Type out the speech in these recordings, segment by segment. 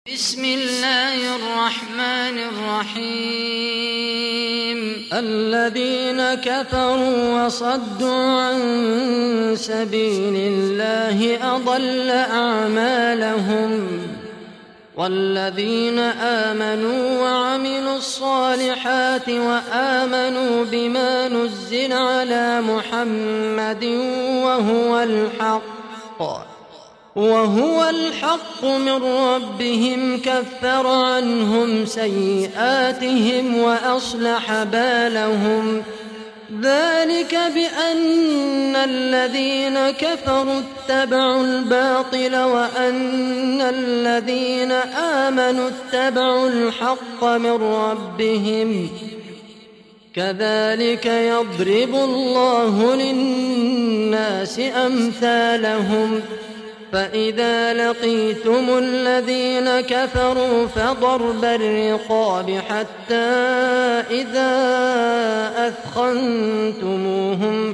بسم الله الرحمن الرحيم الذين كفروا وصدوا عن سبيل الله أضل أعمالهم والذين آمنوا وعملوا الصالحات وآمنوا بما نزل على محمد وهو الحق من ربهم كفر عنهم سيئاتهم وأصلح بالهم ذلك بأن الذين كفروا اتبعوا الباطل وأن الذين آمنوا اتبعوا الحق من ربهم كذلك يضرب الله للناس أمثالهم فإذا لقيتم الذين كفروا فضرب الرقاب حتى إذا أثخنتموهم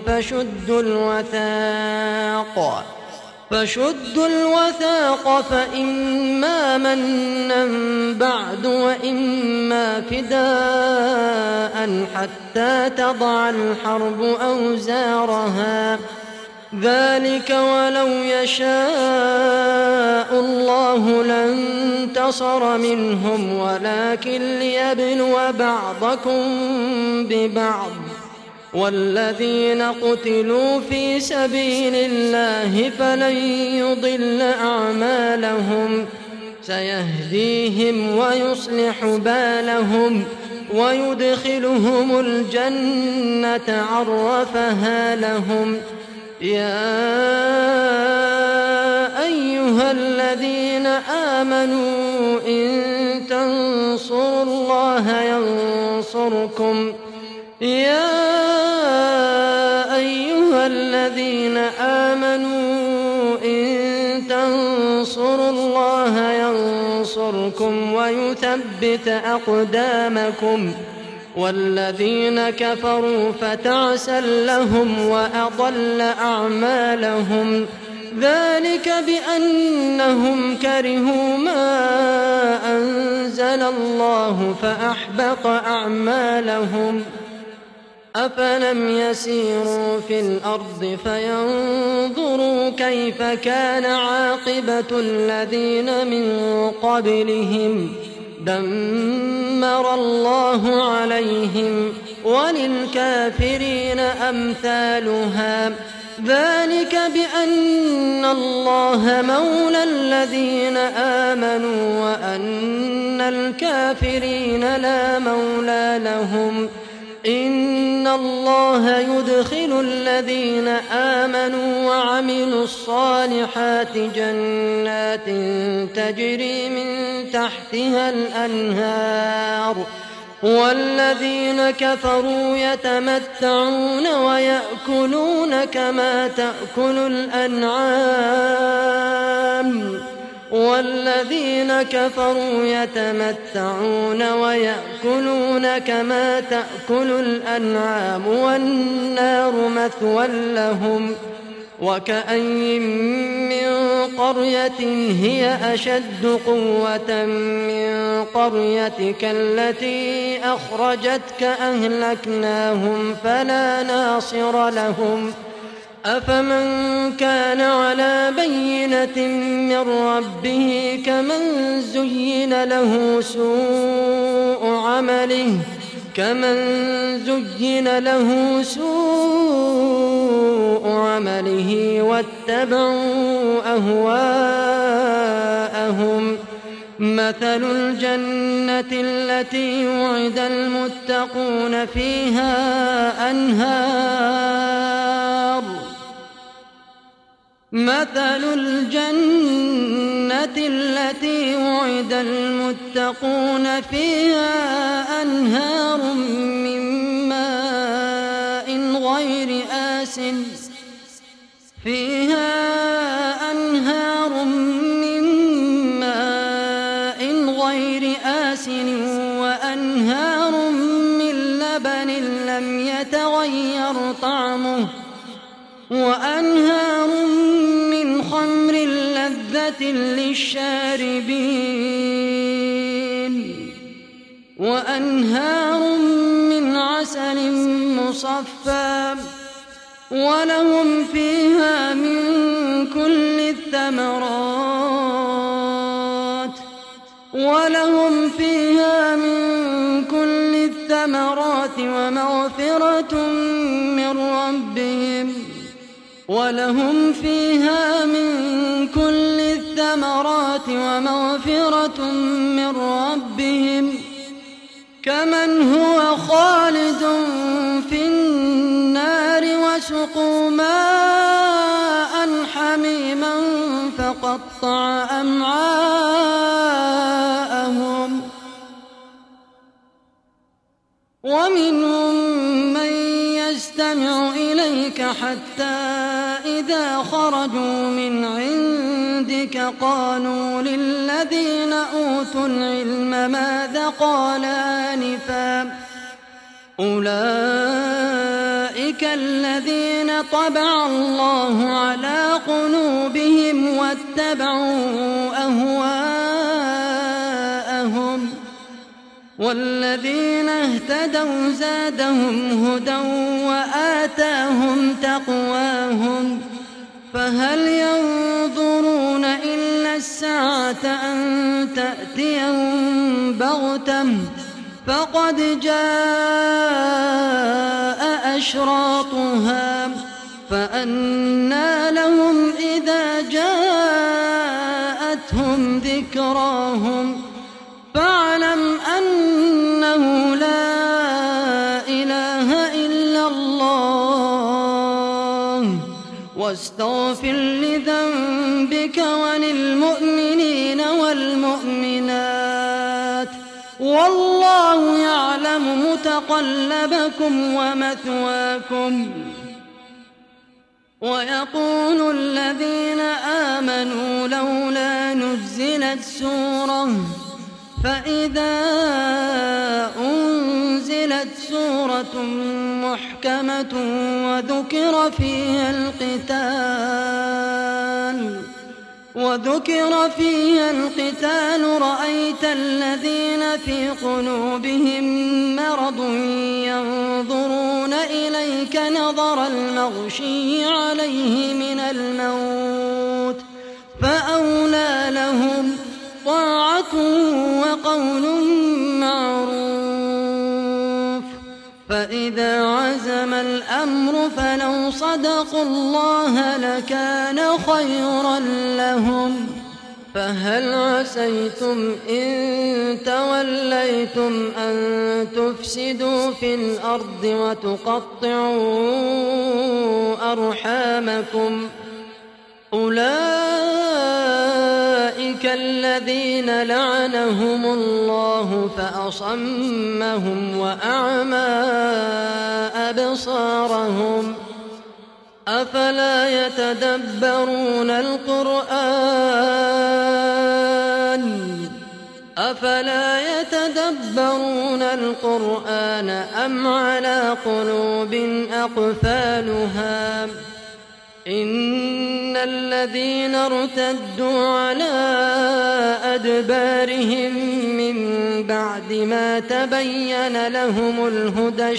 فشدوا الوثاق فإما منا بعد وإما فداء حتى تضع الحرب أوزارها ذلك ولو يشاء الله لانتصر منهم ولكن ليبلو بعضكم ببعض والذين قتلوا في سبيل الله فلن يضل أعمالهم سيهديهم ويصلح بالهم ويدخلهم الجنة عرفها لهم يا أيها الذين آمنوا إن تنصروا الله ينصركم ويثبت أقدامكم والذين كفروا فتعسا لهم وأضل أعمالهم ذلك بأنهم كرهوا ما أنزل الله فأحبط أعمالهم أفلم يسيروا في الأرض فينظروا كيف كان عاقبة الذين من قبلهم دمر الله عليهم وللكافرين أمثالها ذلك بأن الله مولى الذين آمنوا وأن الكافرين لا مولى لهم إن الله يدخل الذين آمنوا وعملوا الصالحات جنات تجري من تحتها الأنهار والذين كفروا يتمتعون ويأكلون كما تأكل الأنعام والنار مثوى لهم وكأين من قرية هي أشد قوة من قريتك التي أخرجتك أهلكناهم فلا ناصر لهم أفمن كان على بينة من ربه كمن زين له سوء عمله واتبعوا أهواءهم مثل الجنة التي وعد المتقون فيها أنهار من ماء غير آسن وأنهار من لبن لم يتغير طعمه وأنهار من خمر لذة للشاربين وأنهار من عسل مصفى ولهم فيها من كل الثمرات ومغفرة من ربهم كمن هو خالد في النار وسقوا ماء حميما فقطع أمعاءهم ومنهم من يستمع إليك حتى إذا خرجوا من عندك قالوا للذين أوتوا العلم ماذا قال آنفا أولئك الذين طبع الله على قلوبهم واتبعوا أهواءهم والذين اهتدوا زادهم هدى وآتاهم تقواهم فهل ينظرون إلا الساعة أن تأتيهم بغتة فقد جاء أشراطها فأنى لهم إذا جاءتهم ذكراهم فاعلم أنه لا إله إلا الله واستغفر لذنبك وللمؤمنين والمؤمنات والله يعلم متقلبكم ومثواكم ويقول الذين آمنوا لولا نزلت سورة فإذا أنزلت سورة محكمة وذكر فيها القتال رأيت الذين في قلوبهم مرض ينظرون إليك نظر المغشي عليه من الموت فأولى لهم طاعة وقول معروف فإذا عزم الأمر فلو صدقوا الله لكان خيرا لهم فهل عسيتم إن توليتم أن تفسدوا في الأرض وتقطعوا أرحامكم أولئك الذين لعنهم الله فأصمهم وأعمى أبصارهم أفلا يتدبرون القرآن أم على قلوب أقفالها إن الذين ارتدوا على أدبارهم من بعد ما تبين لهم الهدى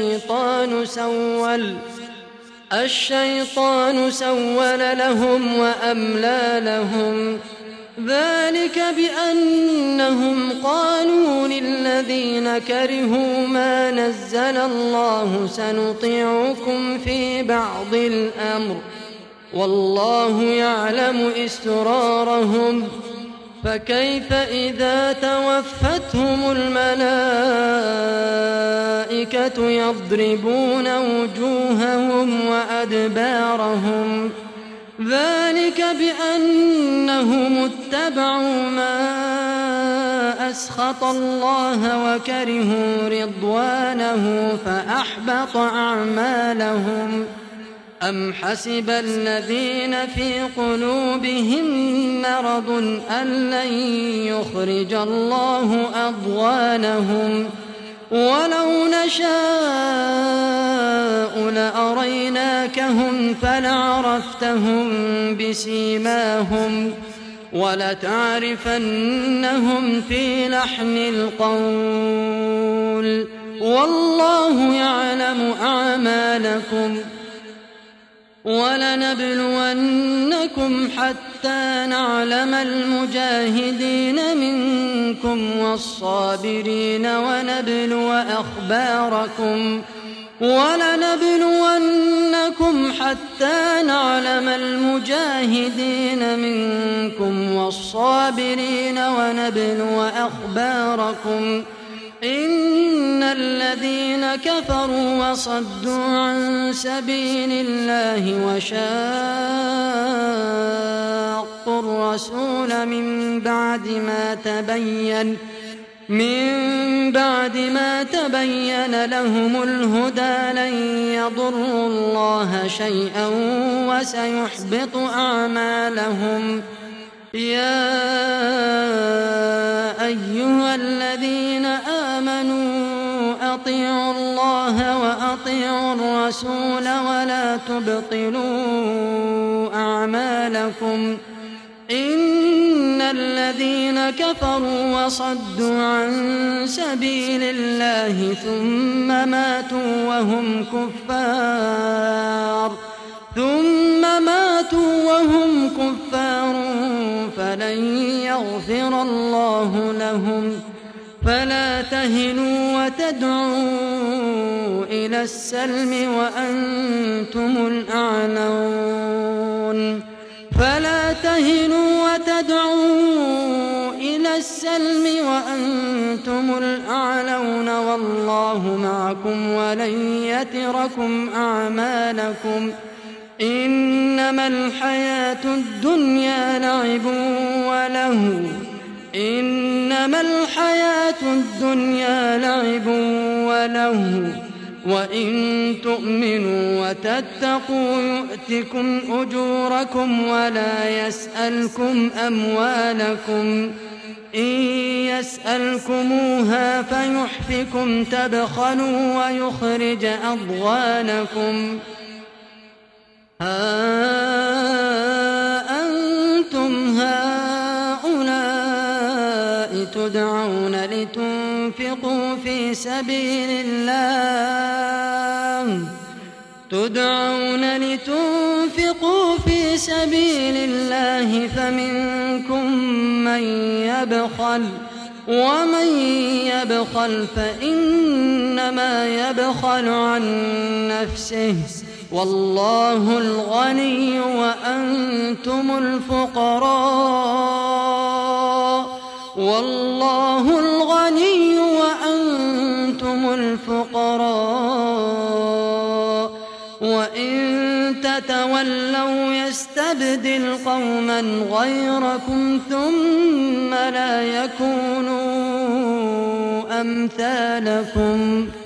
الشيطان سول لهم وأملى لهم ذلك بأنهم قالوا للذين كرهوا ما نزل الله سنطيعكم في بعض الأمر والله يعلم إسرارهم فكيف إذا توفتهم الملائكة يضربون وجوههم وأدبارهم ذلك بأنهم اتبعوا ما أسخط الله وكرهوا رضوانه فأحبط أعمالهم أم حسب الذين في قلوبهم مرض أن لن يخرج الله أضغانهم ولو نشاء لأريناكهم فلعرفتهم بسيماهم ولتعرفنهم في لحن القول والله يعلم أعمالكم ولنبلونكم حتى نعلم المجاهدين منكم والصابرين ونبلو أخباركم ولنبلونكم حتى نعلم المجاهدين منكم والصابرين ونبلو أخباركم إن الذين كفروا وصدوا عن سبيل الله وشاقوا الرسول من بعد ما تبين لهم الهدى لن يضروا الله شيئا وسيحبط أعمالهم يا أيها الذين آمنوا أطيعوا الله وأطيعوا الرسول ولا تبطلوا أعمالكم إن الذين كفروا وصدوا عن سبيل الله ثم ماتوا وهم كفار فلن يغفر الله لهم فلا تهنوا وتدعوا إلى السلم وأنتم الأعلون فلا تهنوا وتدعوا إلى السلم وأنتم الأعلون والله معكم ولن يتركم أعمالكم إنما الحياة الدنيا لعب وله وإن تؤمنوا وتتقوا يؤتكم أجوركم ولا يسألكم أموالكم إن يسألكموها فيحفكم تبخلوا ويخرج أضغانكم ها أنتم هؤلاء تدعون لتنفقوا في سبيل الله فمنكم من يبخل ومن يبخل فإنما يبخل عن نفسه والله الغني وأنتم الفقراء وإن تتولوا يستبدل قوما غيركم ثم لا يكونوا أمثالكم